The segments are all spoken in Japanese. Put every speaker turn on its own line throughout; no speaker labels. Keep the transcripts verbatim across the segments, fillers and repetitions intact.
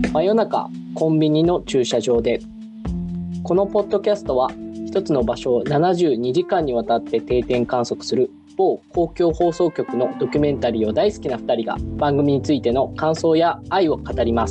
真夜中コンビニの駐車場で。このポッドキャストは一つの場所をななじゅうにじかんにわたって定点観測する某公共放送局のドキュメンタリーを大好きなふたりが番組についての感想や愛を語ります。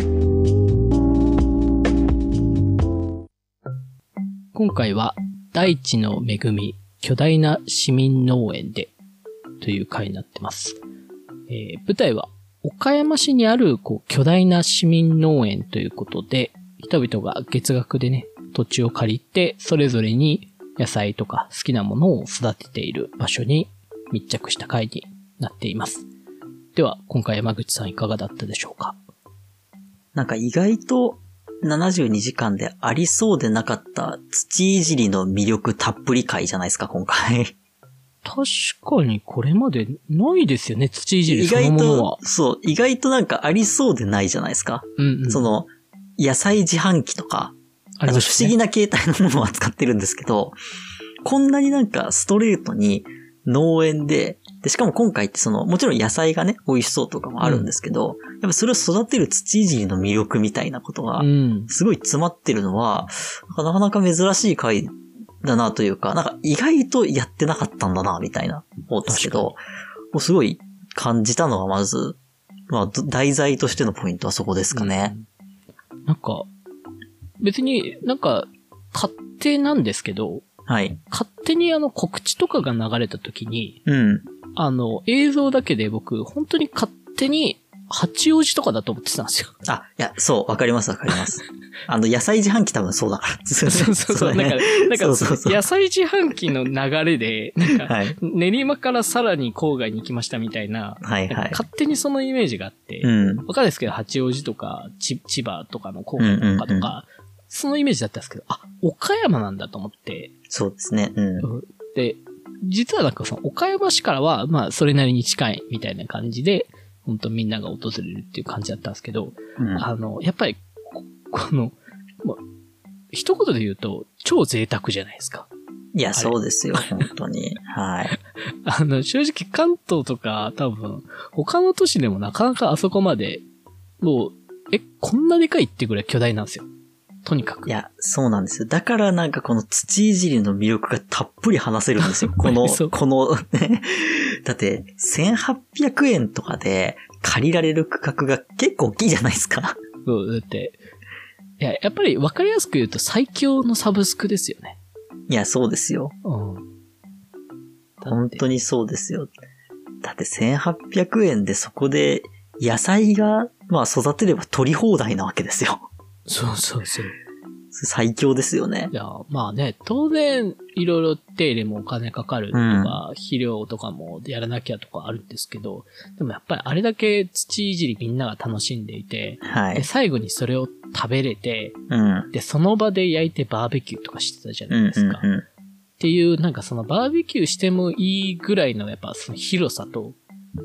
今回は大地の恵み巨大な市民農園でという回になってます。えー、舞台は岡山市にあるこう巨大な市民農園ということで、人々が月額でね、土地を借りて、それぞれに野菜とか好きなものを育てている場所に密着した回になっています。では、今回山口さんいかがだったでしょうか？
なんか意外とななじゅうにじかんでありそうでなかった土いじりの魅力たっぷり回じゃないですか、今回。
確かにこれまでないですよね、土いじりそのものは。
意外と、そう、意外となんかありそうでないじゃないですか。
うんうん、
その、野菜自販機とか、あと不思議な形態のものを扱ってるんですけど、こんなになんかストレートに農園で、で、しかも今回ってその、もちろん野菜がね、美味しそうとかもあるんですけど、うん、やっぱそれを育てる土いじりの魅力みたいなことが、すごい詰まってるのは、うん、なかなか珍しい回だなというか、なんか意外とやってなかったんだな、みたいな思うんですけど、もうすごい感じたのはまず、まあ、題材としてのポイントはそこですかね。
うんなんか、別になんか、勝手なんですけど、
はい。
勝手にあの告知とかが流れた時に、
うん。
あの、映像だけで僕、本当に勝手に、八王子とかだと思ってたんですよ。
あ、いや、そう、わかりますわかります。あの、野菜自販機多分そうだから。
そうそうそう。なんか、なんか、野菜自販機の流れで、なんか、はい、練馬からさらに郊外に行きましたみたいな、
はいはい。
勝手にそのイメージがあって、
うん。
わかんないですけど、八王子とか、千葉とかの郊外とかとか、うんうんうん、そのイメージだったんですけど、あ、岡山なんだと思って。
そうですね。うん。
で、実はなんかその岡山市からは、まあ、それなりに近いみたいな感じで、本当みんなが訪れるっていう感じだったんですけど、うん、あの、やっぱり、こ, この、ま、一言で言うと、超贅沢じゃないですか。
いや、そうですよ、本当に。はい。
あの、正直関東とか多分、他の都市でもなかなかあそこまで、もう、え、こんなでかいってぐらい巨大なんですよ。とにかく。
いや、そうなんですよ。だからなんかこの土いじりの魅力がたっぷり話せるんですよ。この、この、ね。だって、せんはっぴゃくえんとかで借りられる区画が結構大きいじゃないですか。
そう、だって、いや、やっぱり分かりやすく言うと最強のサブスクですよね。
いや、そうですよ。
うん。
本当にそうですよ。だってせんはっぴゃくえんでそこで野菜が、まあ育てれば取り放題なわけですよ。
そうそうそう。
最強ですよね。
いや、まあね、当然、いろいろ手入れもお金かかるとか、うん、肥料とかもやらなきゃとかあるんですけど、でもやっぱりあれだけ土いじりみんなが楽しんでいて、
はい、
で最後にそれを食べれて、
うん、
で、その場で焼いてバーベキューとかしてたじゃないですか。
うんうんうん、
っていう、なんかそのバーベキューしてもいいぐらいのやっぱその広さと、
うん、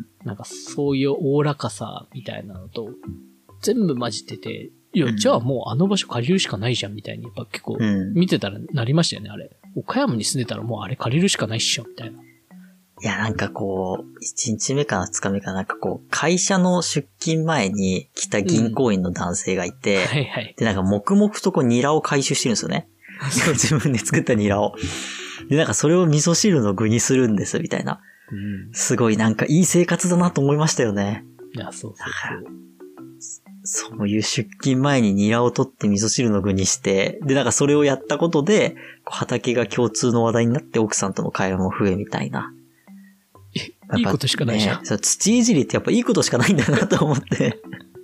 なんかそういうおおらかさみたいなのと、全部混じってて、いや、うん、じゃあもうあの場所借りるしかないじゃんみたいに、やっぱ結構見てたらなりましたよね、あれ。岡山に住んでたらもうあれ借りるしかないっしょ、みたいな。
いや、なんかこう、一日目かな、二日目かなんかこう、会社の出勤前に来た銀行員の男性がいて、
うん、はいはい。
で、なんか黙々とこうニラを回収してるんですよね。自分で作ったニラを。で、なんかそれを味噌汁の具にするんです、みたいな。うん、すごいなんかいい生活だなと思いましたよね。
いや、そうそうそう。
そういう出勤前にニラを取って味噌汁の具にして、で、なんかそれをやったことで、畑が共通の話題になって奥さんとの会話も増えみたいな。
え、いいことしかないじゃん。
ね、そう、土いじりってやっぱいいことしかないんだなと思って。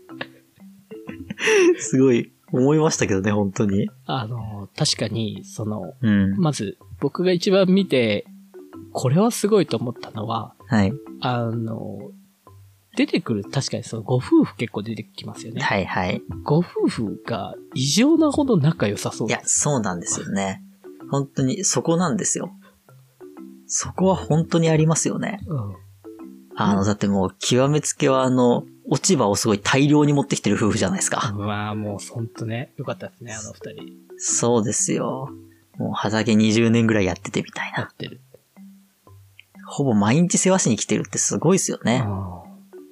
すごい思いましたけどね、本当に。
あの、確かに、その、
うん、
まず僕が一番見て、これはすごいと思ったのは、
はい。
あの、出てくる、確かにそのご夫婦結構出てきますよね。
はいはい。
ご夫婦が異常なほど仲良さそう。
いや、そうなんですよね。本当にそこなんですよ。そこは本当にありますよね。
うん。
あの、だってもう極めつけはあの、落ち葉をすごい大量に持ってきてる夫婦じゃないですか。
まあもうほんとね、よかったですね、あの二人。
そうですよ。もう畑にじゅうねんぐらいやっててみたいな。
やってる。
ほぼ毎日世話しに来てるってすごいですよね。
あ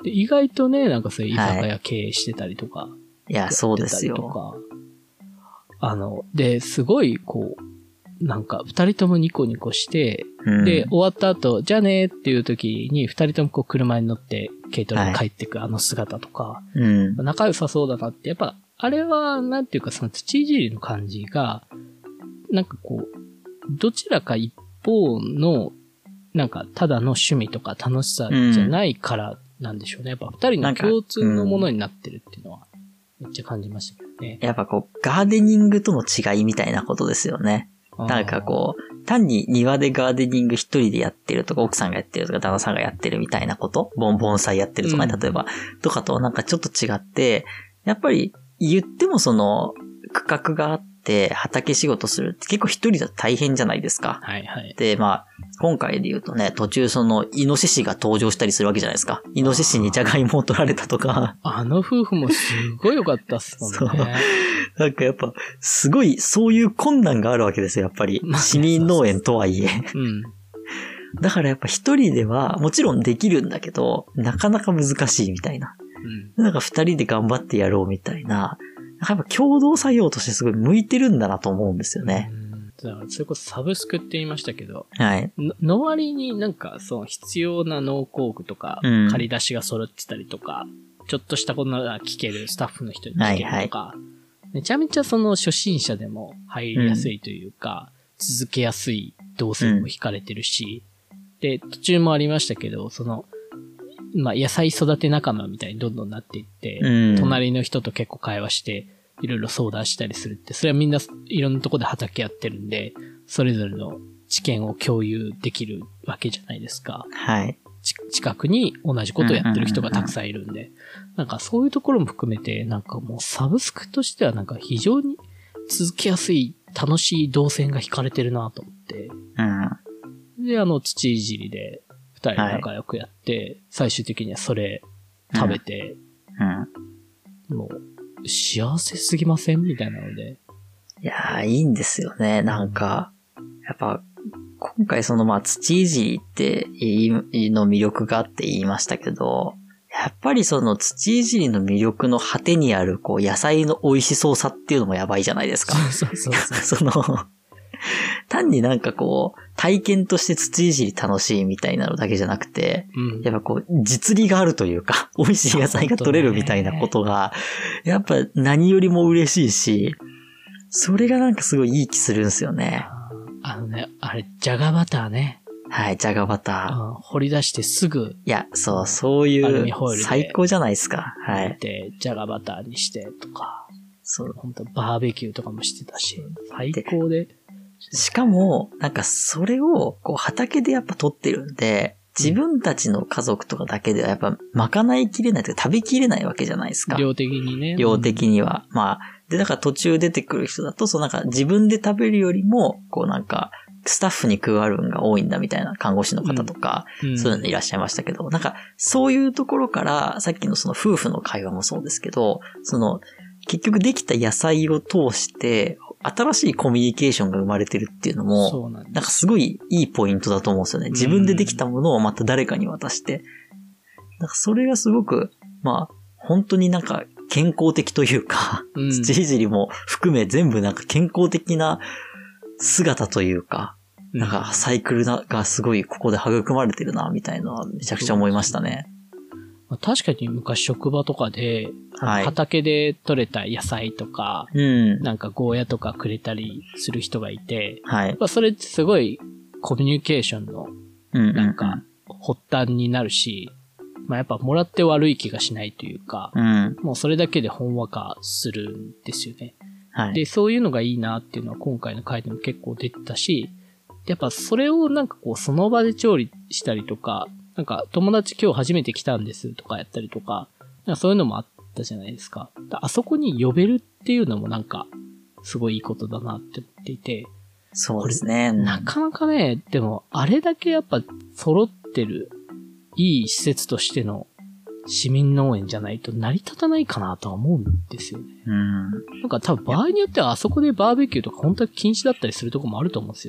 で、意外とね、なんかそういう居酒屋経営してたりとか。はい、
いや、そうですよ。
とかあの、で、すごい、こう、なんか、二人ともニコニコして、うん、で、終わった後、じゃあねっていう時に、二人ともこう車に乗って、軽トラに帰ってくあの姿とか、はい、うん、仲良さそうだなって、やっぱ、あれは、なんていうか、その土いじりの感じが、なんかこう、どちらか一方の、なんか、ただの趣味とか楽しさじゃないからなんでしょうね。やっぱ二人の共通のものになってるっていうのは、めっちゃ感じましたけどね。
やっぱこう、ガーデニングとの違いみたいなことですよね。なんかこう、単に庭でガーデニング一人でやってるとか、奥さんがやってるとか、旦那さんがやってるみたいなこと、ボンボン栽やってるとかね、うん、例えば、とかとなんかちょっと違って、やっぱり言ってもその、区画があって、畑仕事するって結構一人だと大変じゃないですか。
はいはい。
で、まあ、今回で言うとね、途中その、イノシシが登場したりするわけじゃないですか。イノシシにジャガイモを取られたとか。
あの夫婦もすごい良かったっすもんね。そう。
なんかやっぱ、すごい、そういう困難があるわけですよ、やっぱり。市民農園とはいえ。うん。だからやっぱ一人では、もちろんできるんだけど、なかなか難しいみたいな。うん。なんか二人で頑張ってやろうみたいな。やっぱ共同作業としてすごい向いてるんだなと思うんですよね。
うんだからそれこそサブスクって言いましたけど、
はい。
の、の割になんかその必要な農工具とか、借り出しが揃ってたりとか、うん、ちょっとしたことが聞けるスタッフの人に聞けるとか、はいはい、めちゃめちゃその初心者でも入りやすいというか、うん、続けやすい動線も引かれてるし、うん、で、途中もありましたけど、その、まあ野菜育て仲間みたいにどんどんなっていって、うん、隣の人と結構会話して、いろいろ相談したりするって、それはみんないろんなとこで畑やってるんで、それぞれの知見を共有できるわけじゃないですか。
はい。
近くに同じことをやってる人がたくさんいるんで、なんかそういうところも含めて、なんかもうサブスクとしてはなんか非常に続けやすい、楽しい動線が引かれてるなと思って。うん。で、あの土いじりで二人仲良くやって、はい、最終的にはそれ食べて、うん。もう、幸せすぎませんみたいなので。
いやー、いいんですよね。なんか、やっぱ、今回そのまあ土いじりっていいの魅力があって言いましたけど、やっぱりその土いじりの魅力の果てにあるこう野菜の美味しそうさっていうのもやばいじゃないですか。
そうそうそう。
その、単になんかこう、体験として土いじり楽しいみたいなのだけじゃなくて、うん、やっぱこう、実利があるというか、美味しい野菜が取れるみたいなことが、やっぱ何よりも嬉しいし、それがなんかすごいいい気するんですよね。
あのね、あれ、じゃがバターね。
はい、じゃがバター。
うん、掘り出してすぐ。
いや、そう、そういう、最高じゃないですか。はい。
で、じゃがバターにしてとか。そう。本当バーベキューとかもしてたし、最高で。
しかも、なんかそれを、こう畑でやっぱ取ってるんで、自分たちの家族とかだけではやっぱ賄いきれないというか食べきれないわけじゃないですか。
量的にね。
量的には。うん、まあ、で、だから途中出てくる人だと、そうなんか自分で食べるよりも、こうなんか、スタッフに加わるんが多いんだみたいな看護師の方とか、うん、そういうのいらっしゃいましたけど、なんか、そういうところから、さっきのその夫婦の会話もそうですけど、その、結局できた野菜を通して、新しいコミュニケーションが生まれてるっていうのも、そうなんです。なんかすごいいいポイントだと思うんですよね。自分でできたものをまた誰かに渡して。なんかそれがすごく、まあ、本当になんか健康的というか、うん、土いじりも含め全部なんか健康的な姿というか、なんかサイクルがすごいここで育まれてるな、みたいなのはめちゃくちゃ思いましたね。
確かに昔職場とかで、はい、畑で採れた野菜とか、うん、なんかゴーヤとかくれたりする人がいて、はい、やっぱそれってすごいコミュニケーションのなんか発端になるし、まあやっぱもらって悪い気がしないというか、うん、もうそれだけでほんわかするんですよね、はい。で、そういうのがいいなっていうのは今回の回でも結構出てたし、やっぱそれをなんかこうその場で調理したりとか、なんか友達今日初めて来たんですとかやったりとか、なんかそういうのもあったじゃないですか。あそこに呼べるっていうのもなんかすごいいいことだなって思っていて。
そうですね。
なかなかね、でもあれだけやっぱ揃ってるいい施設としての市民農園じゃないと成り立たないかなとは思うんですよね。うん。なんか多分場合によってはあそこでバーベキューとか本当は禁止だったりするとこもあると思うんですよね。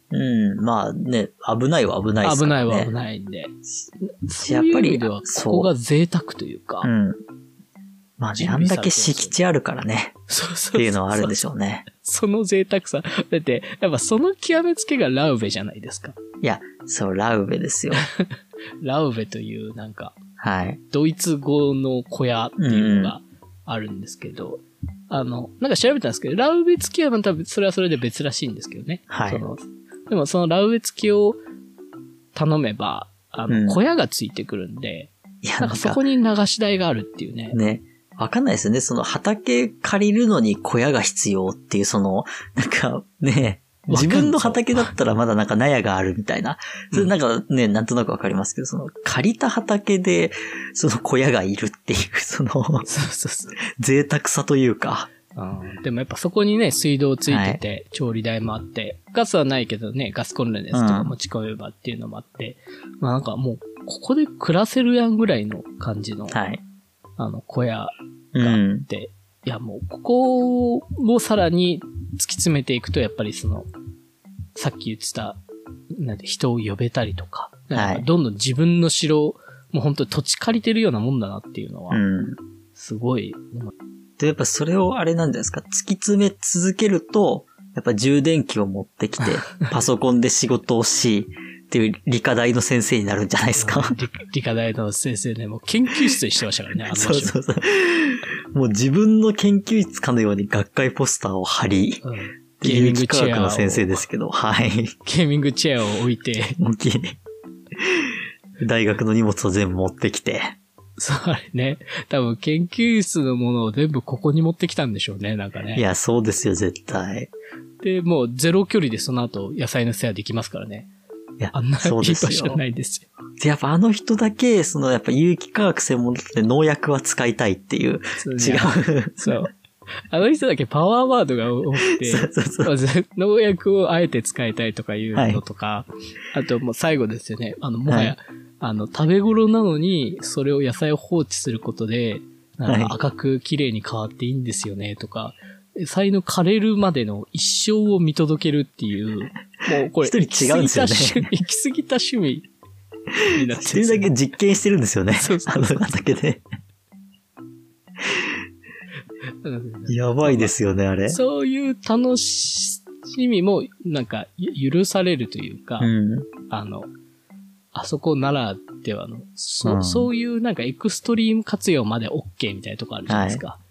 うん、まあね、危ないは危ないですからね。
危ないは危ないんで。そういう意味では、ここが贅沢というか。
うん。まあね、あんだけ敷地あるからね。
そうそうそう。
っていうのはあるんでしょうね。
その贅沢さ。だって、やっぱその極めつけがラウベじゃないですか。
いや、そう、ラウベですよ。
ラウベというなんか、
はい。
ドイツ語の小屋っていうのがあるんですけど、うん、あの、なんか調べたんですけど、ラウベ付きは多分それはそれで別らしいんですけどね。
はい。
そのでもそのラウベ付きを頼めば、あの、うん、小屋がついてくるんで、いやなんかそこに流し台があるっていうね。
ね。わかんないですよね。その畑借りるのに小屋が必要っていう、その、なんかね、自分の畑だったらまだなんか納屋があるみたいな。それなんかね、なんとなくわかりますけど、その借りた畑で、その小屋がいるっていう、その、そうそうそう。贅沢さというか。
うん、でもやっぱそこにね、水道ついてて、はい、調理台もあって、ガスはないけどね、ガスコンロのやつとか持ち込めばっていうのもあって、うん、まあなんかもう、ここで暮らせるやんぐらいの感じの、はい、あの、小屋があって、うん、いやもう、ここをさらに突き詰めていくと、やっぱりその、さっき言ってた、なんて人を呼べたりとか、なんかどんどん自分の城を、もう本当に土地借りてるようなもんだなっていうのは、すごい、うん
で、やっぱそれをあれなんじゃないですか、突き詰め続けると、やっぱ充電器を持ってきて、パソコンで仕事をし、っていう理科大の先生になるんじゃないですか。
理, 理科大の先生ね、もう研究室にしてましたからね、あの
そうそうそう。もう自分の研究室かのように学会ポスターを貼り、うん、ゲーミングチェアの先生ですけど、はい。
ゲーミングチェアを置いて、
置き、大学の荷物を全部持ってきて、
そう、あれね。多分研究室のものを全部ここに持ってきたんでしょうね、なんかね。
いや、そうですよ、絶対。
で、もうゼロ距離でその後野菜の世話できますからね。
いや、
あんないい場所ないですよ。
で、やっぱあの人だけ、そのやっぱ有機化学専門で農薬は使いたいっていう、違う。
そう。あの人だけパワーワードが多くて、そうそうそう、農薬をあえて使いたいとかいうのとか、はい、あともう最後ですよね。あの、もはや、はい、あの、食べ頃なのに、それを野菜を放置することで、なんか赤く綺麗に変わっていいんですよね、とか、野菜の枯れるまでの一生を見届けるっていう、もうこれ、
一人違うんですよね。
行き過ぎた趣味になってる。
一人だけ実験してるんですよね。そうそうそう。あの畑で。やばいですよね、あれ。
そういう楽しみも、なんか、許されるというか、うん、あの、あそこならではの、そ、うん、そういうなんかエクストリーム活用まで OK みたいなとこあるじゃないですか。はい、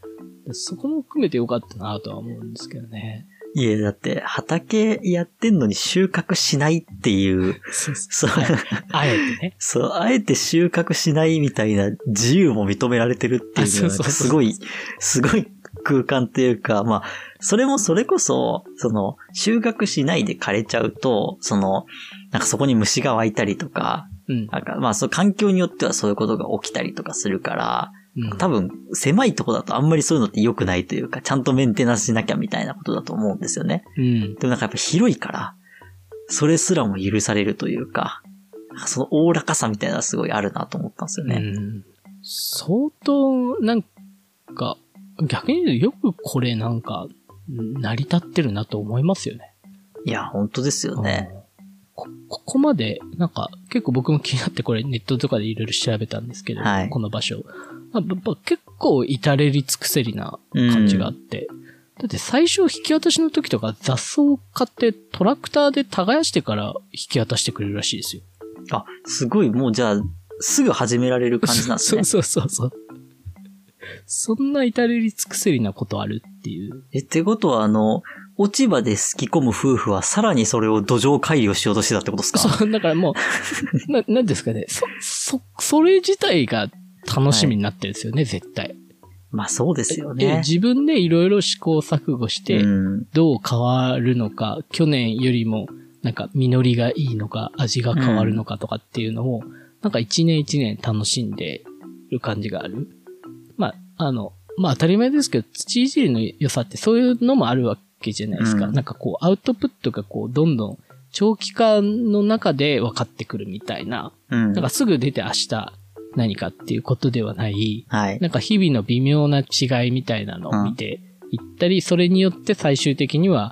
そこも含めてよかったなとは思うんですけどね。
いや、だって畑やってんのに収穫しないっていう。
そうそう。そうあえてね。
そう、あえて収穫しないみたいな自由も認められてるっていうのはすごい、すごい空間っていうか、まあ、それもそれこそ、その、収穫しないで枯れちゃうと、その、なんかそこに虫が湧いたりとか、うん、なんかまあそう環境によってはそういうことが起きたりとかするから、うん、多分狭いとこだとあんまりそういうのって良くないというか、ちゃんとメンテナンスしなきゃみたいなことだと思うんですよね。うん、でもなんかやっぱ広いから、それすらも許されるというか、そのおおらかさみたいなのがすごいあるなと思ったんですよね。うん、
相当、なんか、逆に言うとよくこれなんか、成り立ってるなと思いますよね。
いや、本当ですよね。
こ、ここまで、なんか、結構僕も気になってこれネットとかでいろいろ調べたんですけど、はい、この場所。やっぱ結構至れり尽くせりな感じがあって、うん、だって最初引き渡しの時とか雑草を買ってトラクターで耕してから引き渡してくれるらしいですよ。
あ、すごい、もうじゃあ、すぐ始められる感じなんですね。
そうそうそうそう。そんな至れり尽くせりなことあるっていう。
え、ってことはあの、落ち葉ですき込む夫婦はさらにそれを土壌改良しようとしてたってことですか？
そう、だからもう、な、なんですかね。そ、そ、それ自体が楽しみになってるんですよね、はい、絶対。
まあそうですよね。
自分でいろいろ試行錯誤して、どう変わるのか、うん、去年よりも、なんか実りがいいのか、味が変わるのかとかっていうのを、うん、なんか一年一年楽しんでる感じがある。まあ、あの、まあ当たり前ですけど、土いじりの良さってそういうのもあるわけじゃないですか。うん、なんかこう、アウトプットがこう、どんどん長期間の中で分かってくるみたいな。うん、なんかすぐ出て明日何かっていうことではない。はい、なんか日々の微妙な違いみたいなのを見ていったり、うん、それによって最終的には、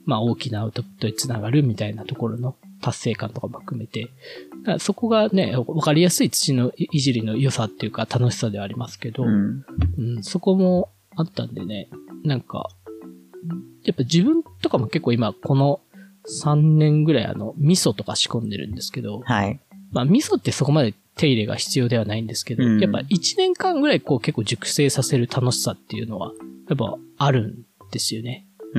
まあ大きなアウトプットにつながるみたいなところの達成感とかも含めて、そこがね、わかりやすい土のいじりの良さっていうか楽しさではありますけど、
うん
うん、そこもあったんでね、なんか、やっぱ自分とかも結構今このさんねんぐらいあの、味噌とか仕込んでるんですけど、
はい。
まあ味噌ってそこまで手入れが必要ではないんですけど、うん、やっぱいちねんかんぐらいこう結構熟成させる楽しさっていうのは、やっぱあるんですよね。
うん。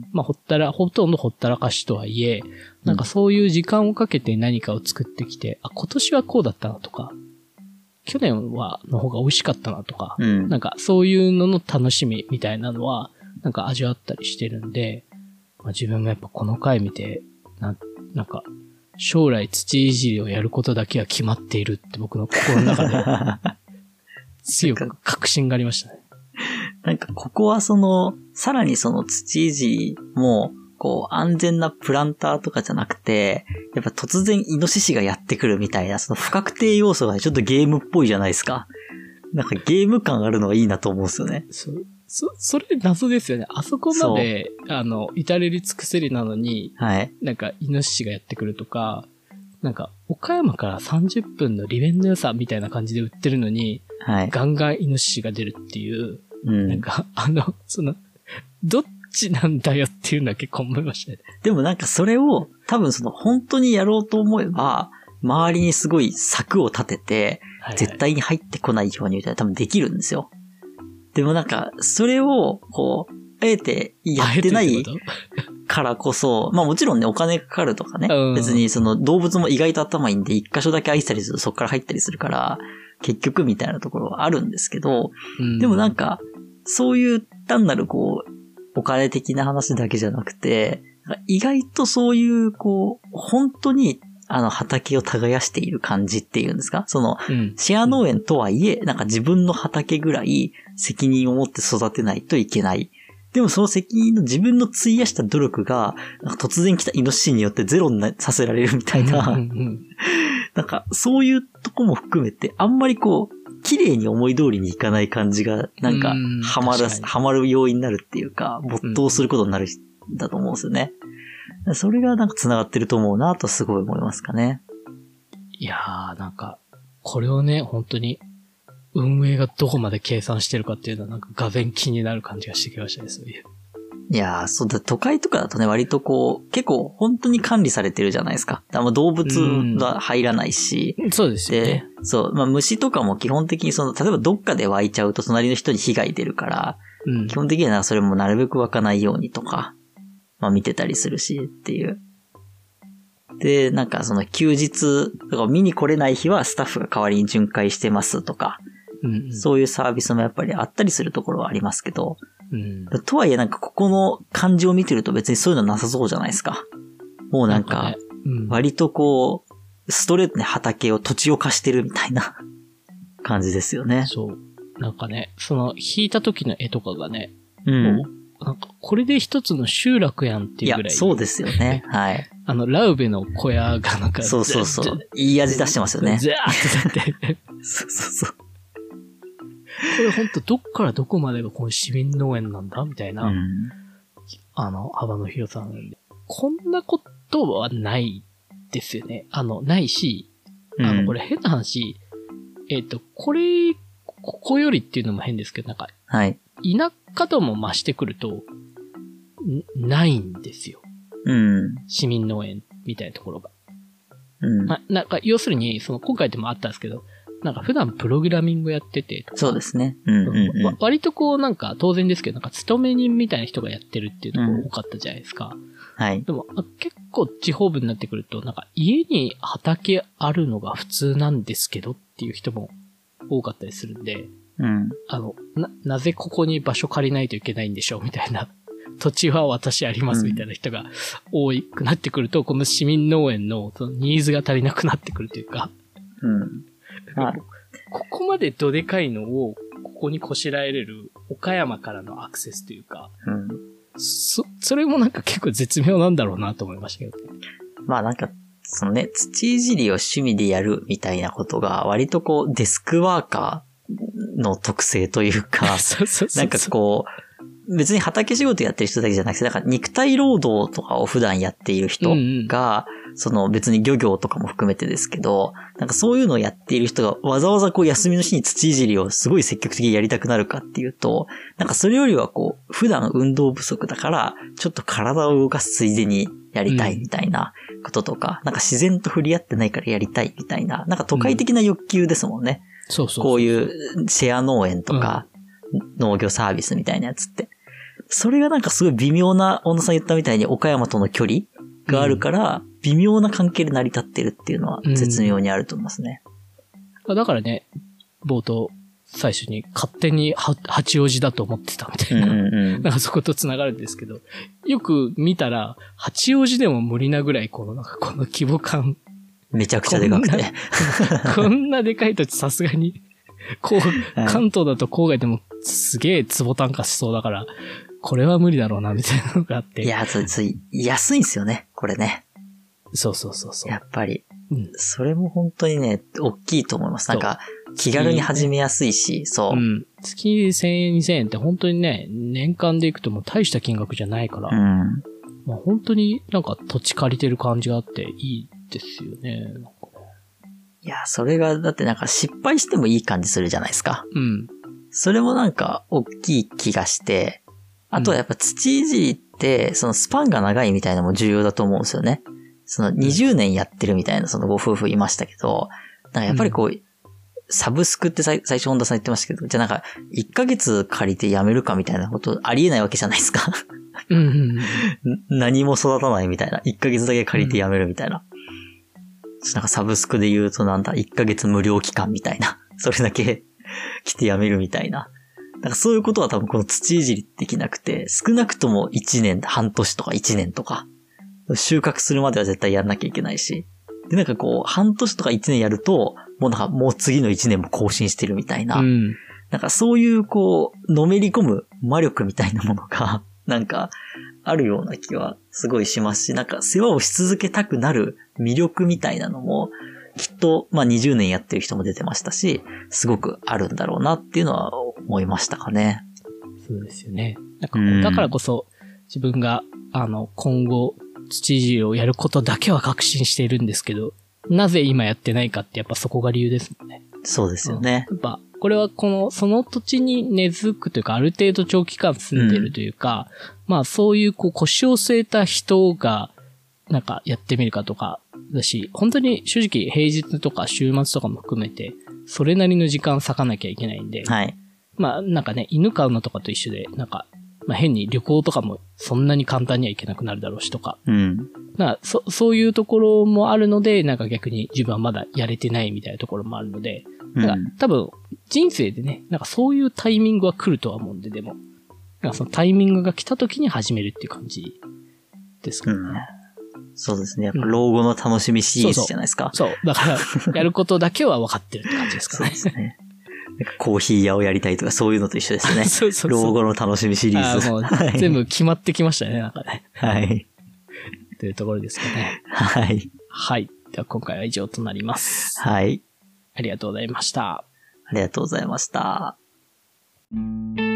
まあほったら、ほとんどほったらかしとはいえ、なんかそういう時間をかけて何かを作ってきて、あ、今年はこうだったなとか、去年はの方が美味しかったなとか、うん、なんかそういうのの楽しみみたいなのは、なんか味わったりしてるんで、まあ、自分がやっぱこの回見て、な、なんか、将来土いじりをやることだけは決まっているって僕の心の中で、強く確信がありましたね。
なんかここはその、さらにその土いじりも、こう安全なプランターとかじゃなくて、やっぱ突然イノシシがやってくるみたいな、その不確定要素がちょっとゲームっぽいじゃないですか。なんかゲーム感あるのがいいなと思うんですよね。
そう。そ、それ謎ですよね。あそこまで、あの、至れり尽くせりなのに、はい。なんか、イノシシがやってくるとか、なんか、岡山からさんじゅっぷんの利便の良さみたいな感じで売ってるのに、はい。ガンガンイノシシが出るっていう、うん。なんか、あの、その、どっちなんだよっていうのは結構思いましたね。
でもなんかそれを、多分その、本当にやろうと思えば、周りにすごい柵を立てて、はいはい、絶対に入ってこないようにみたいな多分できるんですよ。でもなんか、それを、こう、あえてやってないからこそ、まあもちろんね、お金かかるとかね、うん、別にその動物も意外と頭いいんで、一箇所だけ愛したりするとそこから入ったりするから、結局みたいなところはあるんですけど、うん、でもなんか、そういう単なるこう、お金的な話だけじゃなくて、意外とそういう、こう、本当に、あの畑を耕している感じっていうんですか？その、うん、シェア農園とはいえ、なんか自分の畑ぐらい責任を持って育てないといけない。でもその責任の自分の費やした努力が、なんか突然来たイノシシによってゼロにさせられるみたいな、うんうん、なんかそういうとこも含めて、あんまりこう、綺麗に思い通りにいかない感じが、なんか、はまる、はまる要因になるっていうか、没頭することになるんだと思うんですよね。それがなんか繋がってると思うなとすごい思いますかね。
いやーなんか、これをね、本当に運営がどこまで計算してるかっていうのはなんかがぜん気になる感じがしてきましたね、そういう。
いやー、そうだ、都会とかだとね、割とこう、結構本当に管理されてるじゃないですか。だから動物が入らないし。
うん、そうですよね。で、
そう、まあ虫とかも基本的にその、例えばどっかで湧いちゃうと隣の人に被害出るから、うん、基本的にはそれもなるべく湧かないようにとか、まあ見てたりするしっていう。で、なんかその休日とか見に来れない日はスタッフが代わりに巡回してますとか、うんうん、そういうサービスもやっぱりあったりするところはありますけど、うん、とはいえなんかここの感じを見てると別にそういうのなさそうじゃないですか。もうなんか、割とこう、ストレートに畑を土地を貸してるみたいな感じですよね。
そう。なんかね、その引いた時の絵とかがね、うん。もうなんか、これで一つの集落やんっていうぐらい。い
や、そうですよね。はい。
あの、ラウベの小屋がなんか、
そうそうそう。いい味出してますよね。
ザーってなって。
そうそうそう。こ
れほんとどっからどこまでがこの市民農園なんだみたいな、うん、あの、幅の広さなんで。こんなことはないですよね。あの、ないし、あの、これ変な話、うん、えっと、これ、ここよりっていうのも変ですけど、なんか、はい。田舎度も増してくると、ないんですよ。うん。市民農園みたいなところが。うん。ま、なんか、要するに、その、今回でもあったんですけど、なんか普段プログラミングやっててとか。
そうですね。うんうんうん、
割とこう、なんか、当然ですけど、なんか、勤め人みたいな人がやってるっていうところ多かったじゃないですか。うん、はい。でも、結構地方部になってくると、なんか、家に畑あるのが普通なんですけどっていう人も多かったりするんで、うん。あの、な、なぜここに場所借りないといけないんでしょうみたいな。土地は私ありますみたいな人が多くなってくると、うん、この市民農園のそのニーズが足りなくなってくるというか。うん。あここまでどでかいのをここにこしらえれる岡山からのアクセスというか。うん。そ、それもなんか結構絶妙なんだろうなと思いましたけど。
まあなんか、そのね、土いじりを趣味でやるみたいなことが割とこうデスクワーカーの特性というか、そうそうそうそうなんかこう、 別に畑仕事やってる人だけじゃなくて、だから肉体労働とかを普段やっている人が、うんうん、その別に漁業とかも含めてですけど、なんかそういうのをやっている人がわざわざこう休みの日に土いじりをすごい積極的にやりたくなるかっていうと、なんかそれよりはこう、普段運動不足だから、ちょっと体を動かすついでにやりたいみたいなこととか、うん、なんか自然と触れ合ってないからやりたいみたいな、なんか都会的な欲求ですもんね。
うん、そうそうそう。
こういうシェア農園とか、うん、農業サービスみたいなやつって。それがなんかすごい微妙な、小野さん言ったみたいに岡山との距離があるから、微妙な関係で成り立ってるっていうのは絶妙にあると思いますね。
うん、だからね、冒頭、最初に勝手に八王子だと思ってたみたいな。うんうん、なんかそこと繋がるんですけど、よく見たら、八王子でも無理なぐらい、このなんかこの規模感。
めちゃくちゃでかくて。
こんな、こんなでかい土地さすがに、こう、関東だと郊外でもすげえ坪単価しそうだから、これは無理だろうな、みたいなのがあって。
いや、そ、そ、安いんですよね、これね。
そうそうそうそう。
やっぱり。うん、それも本当にね、大きいと思います。なんか、気軽に始めやすいし、そう。うん。
月せんえん、にせんえんって本当にね、年間でいくともう大した金額じゃないから。うん。まあ本当になんか土地借りてる感じがあっていいですよね。なんか
いや、それが、だってなんか失敗してもいい感じするじゃないですか。うん。それもなんか大きい気がして、あとはやっぱ土いじりって、そのスパンが長いみたいなのも重要だと思うんですよね。そのにじゅうねんやってるみたいなそのご夫婦いましたけど、なんかやっぱりこう、うん、サブスクって最初本田さん言ってましたけど、じゃあなんかいっかげつ借りてやめるかみたいなことありえないわけじゃないですか。うんうん、何も育たないみたいな。いっかげつだけ借りてやめるみたいな。うん、なんかサブスクで言うとなんだ、いっかげつ無料期間みたいな。それだけ来てやめるみたいな。なんかそういうことは多分この土いじりできなくて、少なくともいちねん、半年とかいちねんとか、収穫するまでは絶対やんなきゃいけないし。で、なんかこう、半年とかいちねんやると、もうなんかもう次のいちねんも更新してるみたいな。うん、なんかそういうこう、のめり込む魔力みたいなものが、なんか、あるような気はすごいしますし、なんか世話をし続けたくなる魅力みたいなのも、きっと、まあにじゅうねんやってる人も出てましたし、すごくあるんだろうなっていうのは思いましたかね。
そうですよね。なんかこう、だからこそ、自分が、あの、今後、土いじりをやることだけは確信しているんですけど、なぜ今やってないかってやっぱそこが理由ですもんね。
そうですよね。
うん、やっぱ、これはこの、その土地に根付くというか、ある程度長期間住んでるというか、うん、まあそういうこう腰を据えた人が、なんかやってみるかとか、だし、本当に正直平日とか週末とかも含めて、それなりの時間割かなきゃいけないんで、はい。まあなんかね、犬飼うのとかと一緒で、なんか、まあ変に旅行とかもそんなに簡単には行けなくなるだろうしとか。うん。なんかそ、そういうところもあるので、なんか逆に自分はまだやれてないみたいなところもあるので、なんか多分人生でね、なんかそういうタイミングは来るとは思うんで、でも、なんかそのタイミングが来た時に始めるっていう感じですかね。うん
そうですね。やっぱ老後の楽しみシリーズじゃないですか。
そうそう。そう。だから、やることだけは分かってるって感じですかね。
そうですね。なんかコーヒー屋をやりたいとかそういうのと一緒ですね。そうそうそう。老後の楽しみシリーズ。
あもう全部決まってきましたね、なんかね。
はい。
というところですかね。
はい。
はい。では今回は以上となります。
はい。
ありがとうございました。
ありがとうございました。